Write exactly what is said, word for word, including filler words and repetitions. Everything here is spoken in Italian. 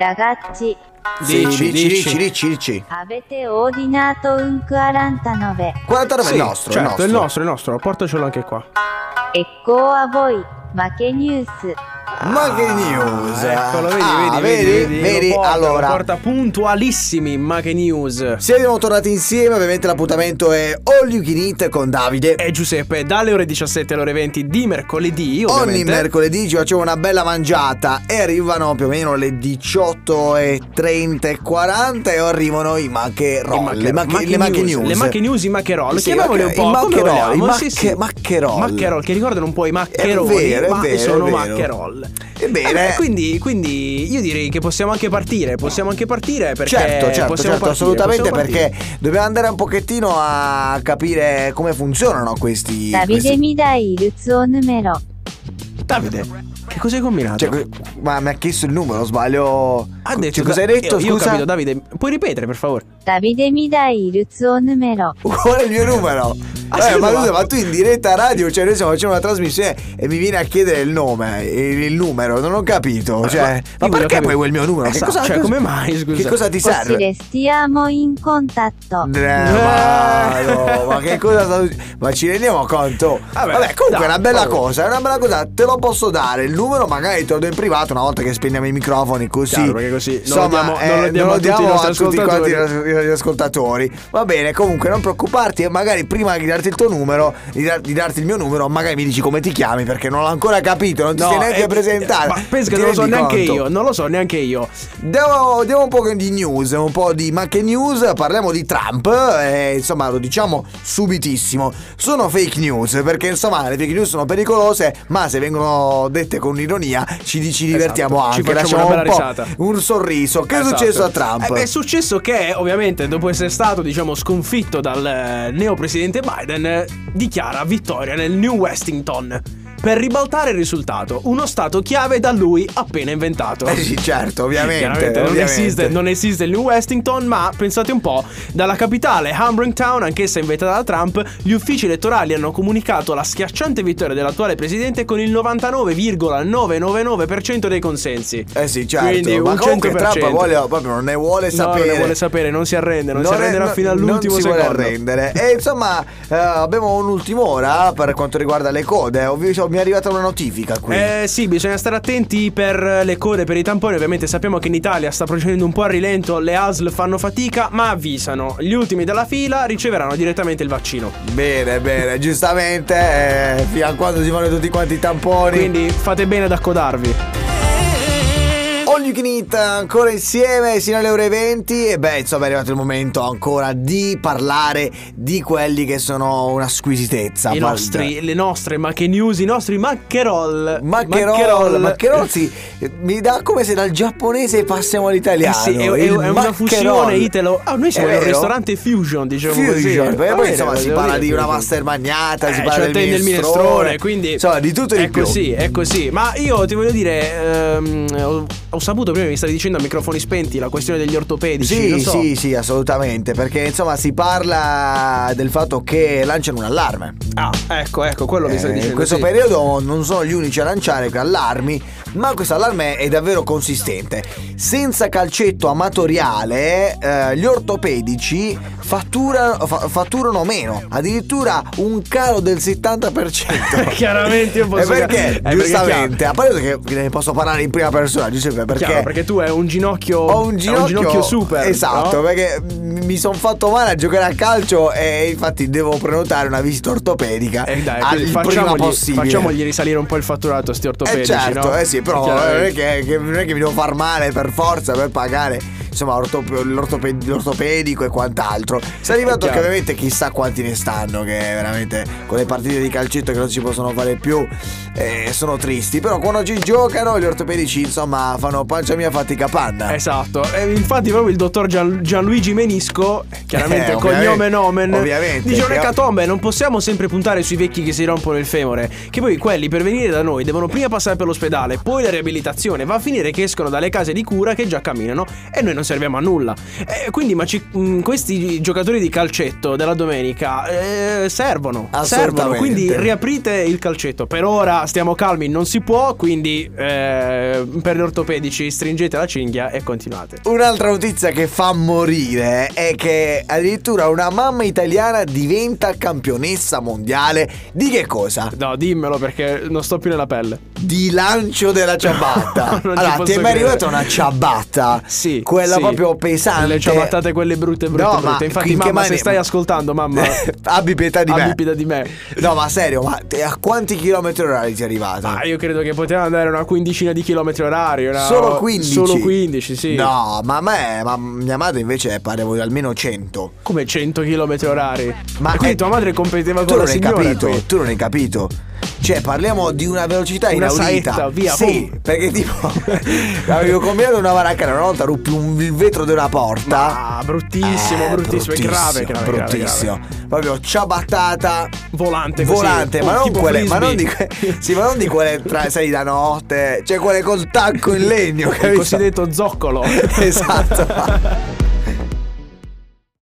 Ragazzi, Sì, Dici, dici, dici. dici, dici, dici. avete ordinato un quarantanove. quarantanove Sì, è il nostro, certo, è è il il nostro. nostro, è il nostro, portacelo anche qua. Ecco a voi, ma che news. Ma che news! Eccolo, vedi, Ah, vedi, vedi, vedi, vedi? lo porta, Allora, lo porta puntualissimi, ma che news. siamo tornati insieme, ovviamente l'appuntamento è All You Can Eat con Davide. E Giuseppe, dalle ore diciassette alle ore venti di mercoledì, Ogni ovviamente. mercoledì ci facciamo una bella mangiata e arrivano più o meno le diciotto e trenta e quaranta e arrivano i maccherol, le, macche, le macche news. Le macche news, i maccherol. Sì, Chiamiamoli ok, un po' i come maccherol, vogliamo. i Sì, macche- sì. maccherol. Maccherol, che ricordano un po' i maccheroni, È vero, è ma vero, sono è vero. maccherol. Ebbene, Eh beh, quindi, quindi io direi che possiamo anche partire. Possiamo anche partire perché certo, certo, possiamo certo, partire, assolutamente, possiamo partire. perché dobbiamo andare un pochettino a capire come funzionano questi. Davide questi... mi dai il suo numero. Davide, che cosa hai combinato? Cioè, ma mi ha chiesto il numero, sbaglio. ha detto, Cioè, cosa hai detto? Io, io ho Scusa? capito, Davide. Puoi ripetere, per favore? Davide mi dai il suo numero. Qual è il mio numero? Ah, Eh, sì, ma, ma- scusa, ma tu in diretta radio, cioè noi stiamo facendo una trasmissione e mi viene a chiedere il nome, il, il numero, non ho capito. Cioè, ma ma, io voglio perché capire- poi vuoi il mio numero? Esatto, cioè, come mai, scusa? Che cosa ti Così serve? restiamo in contatto. Eh, ma, no, ma che cosa sta succedendo? Ma ci rendiamo conto? Vabbè, Vabbè, comunque dai, è una bella proprio. cosa, è una bella cosa, te lo posso dare. Il numero magari te lo do in privato una volta che spegniamo i microfoni, così. Chiaro, perché così non lo insomma, diamo- eh, non lo diamo non a tutti i diamo nostri a tutti quanti i ascoltatori. nostri ascoltatori. Va bene, comunque non preoccuparti e magari prima di darti il tuo numero, di, dar- di darti il mio numero, magari mi dici come ti chiami perché non l'ho ancora capito, non ti sei neanche eh, presentato. Ma penso che Ti non lo so rendi neanche conto? io, non lo so neanche io. Diamo, diamo un po' di news, un po' di macche news, parliamo di Trump, e, insomma lo diciamo subitissimo, sono fake news perché insomma le fake news sono pericolose ma se vengono dette con ironia ci, ci divertiamo Esatto, ci anche, facciamo lasciamo una un bella po' risata. un sorriso. Che Esatto. è successo a Trump? Eh beh, è successo che ovviamente dopo essere stato diciamo sconfitto dal eh, neopresidente Biden eh, dichiara vittoria nel New Washington per ribaltare il risultato, uno stato chiave da lui appena inventato. Eh sì, certo, ovviamente, Chiaramente non, ovviamente. Esiste, non esiste il New Washington, ma pensate un po', dalla capitale Hamburg Town, anch'essa inventata da Trump, gli uffici elettorali hanno comunicato la schiacciante vittoria dell'attuale presidente con il novantanove virgola novecentonovantanove per cento dei consensi. Eh sì, certo. Quindi ma un comunque cento per cento. Trump vuole, proprio non ne vuole No, sapere. non ne vuole sapere, non si arrende, non, si è- arrenderà no- fino all'ultimo non si secondo. vuole arrendere. E insomma, eh, abbiamo un'ultima ora per quanto riguarda le code. Ho visto- mi è arrivata una notifica qui. Eh sì, bisogna stare attenti per le code, per i tamponi. Ovviamente sappiamo che in Italia sta procedendo un po' a rilento, le A S L fanno fatica, ma avvisano, gli ultimi della fila riceveranno direttamente il vaccino. Bene, bene, giustamente, eh, fino a quando si fanno tutti quanti i tamponi. Quindi fate bene ad accodarvi. All You Can Eat ancora insieme sino alle ore venti. E beh, insomma è arrivato il momento ancora di parlare di quelli che sono una squisitezza. I Guarda. nostri, le nostre macche news, i nostri maccherol. Maccherol, maccherol sì, mi dà come se dal giapponese passiamo all'italiano. Eh sì, è, è- Il è una maccherol. fusione italo. Ah, noi siamo È in un vero? ristorante fusion, diciamo Fusion, così. perché Va poi bene, insomma si devo parla dire, di una fusion. master magnata, si Eh, parla c'è del del minestrone, minestrone, quindi insomma di tutto e di è più. così, è così. Ma io ti voglio dire, ehm, ho, ho saputo prima mi stavi dicendo a microfoni spenti la questione degli ortopedici. Sì, non so. sì, sì, assolutamente, perché insomma si parla del fatto che lanciano un allarme. Ah, ecco, ecco, quello mi stavi Eh, dicendo. in questo sì. periodo non sono gli unici a lanciare allarmi, ma questo allarme è davvero consistente. Senza calcetto amatoriale, eh, gli ortopedici fatturano, fa- fatturano meno, addirittura un calo del settanta per cento. Chiaramente io posso E perché? eh, perché Giustamente, a parte che ne posso parlare in prima persona, Giuseppe, perché Chiaro, perché tu hai un ginocchio, ho un ginocchio, hai un ginocchio super. esatto, no? perché mi sono fatto male a giocare a calcio e infatti devo prenotare una visita ortopedica Eh dai, al quindi prima facciamogli, possibile. facciamogli risalire un po' il fatturato a sti Eh ortopedici, certo, no? eh sì, però non è che, che- non è che mi devo far male per forza per pagare insomma ortop- l'ortope- l'ortopedico e quant'altro. Si è arrivato che chiaro. ovviamente chissà quanti ne stanno, che veramente con le partite di calcetto che non si possono fare più eh, sono tristi. Però quando ci giocano gli ortopedici insomma fanno pancia mia fatica panna. Esatto, e infatti proprio il dottor Gian- Gianluigi Menisco, chiaramente Eh, cognome ovviamente, nomen, ovviamente, dice che- un'ecatombe, non possiamo sempre puntare sui vecchi che si rompono il femore, che poi quelli per venire da noi devono prima passare per l'ospedale, poi la riabilitazione, va a finire che escono dalle case di cura che già camminano e noi non non serviamo a nulla. E quindi ma ci, mh, questi giocatori di calcetto della domenica eh, servono, servono, quindi riaprite il calcetto. Per ora stiamo calmi, non si può, quindi eh, per gli ortopedici stringete la cinghia e continuate. Un'altra notizia che fa morire è che addirittura una mamma italiana diventa campionessa mondiale di che cosa? No, dimmelo perché non sto più nella pelle. Di lancio della ciabatta. Non Allora, ci ti è posso mai credere. arrivata una ciabatta? Sì, quella sì. proprio pesante. Le ciabattate quelle brutte brutte, No, ma brutte. Infatti in che mamma, mani- se stai ascoltando, mamma, abbi pietà di me. abbi pietà di me. No, ma serio, ma te- a quanti chilometri orari ti è arrivata? Ah, io credo che poteva andare una quindicina di chilometri orari. Una... Solo quindici? Solo quindici, sì. No, ma a me, ma mia madre invece pareva di almeno cento. Come cento chilometri orari? Ma Ma quindi è- tua madre competeva Tu con non la hai signora capito, qui. tu non hai capito. Cioè, parliamo di una velocità Una inaudita. saetta, via, Sì, boom. perché tipo avevo combinato una varacana, una volta ruppi un- il vetro di una porta. Ah, bruttissimo, Eh, bruttissimo, è grave, grave, bruttissimo. grave, grave. Proprio ciabattata Volante così. volante, ma Oh, non tipo quelle, ma non di, frisbee. que- sì, ma non di quelle tra, sai, da notte, cioè quelle col tacco in legno, Il capito? cosiddetto zoccolo. Esatto.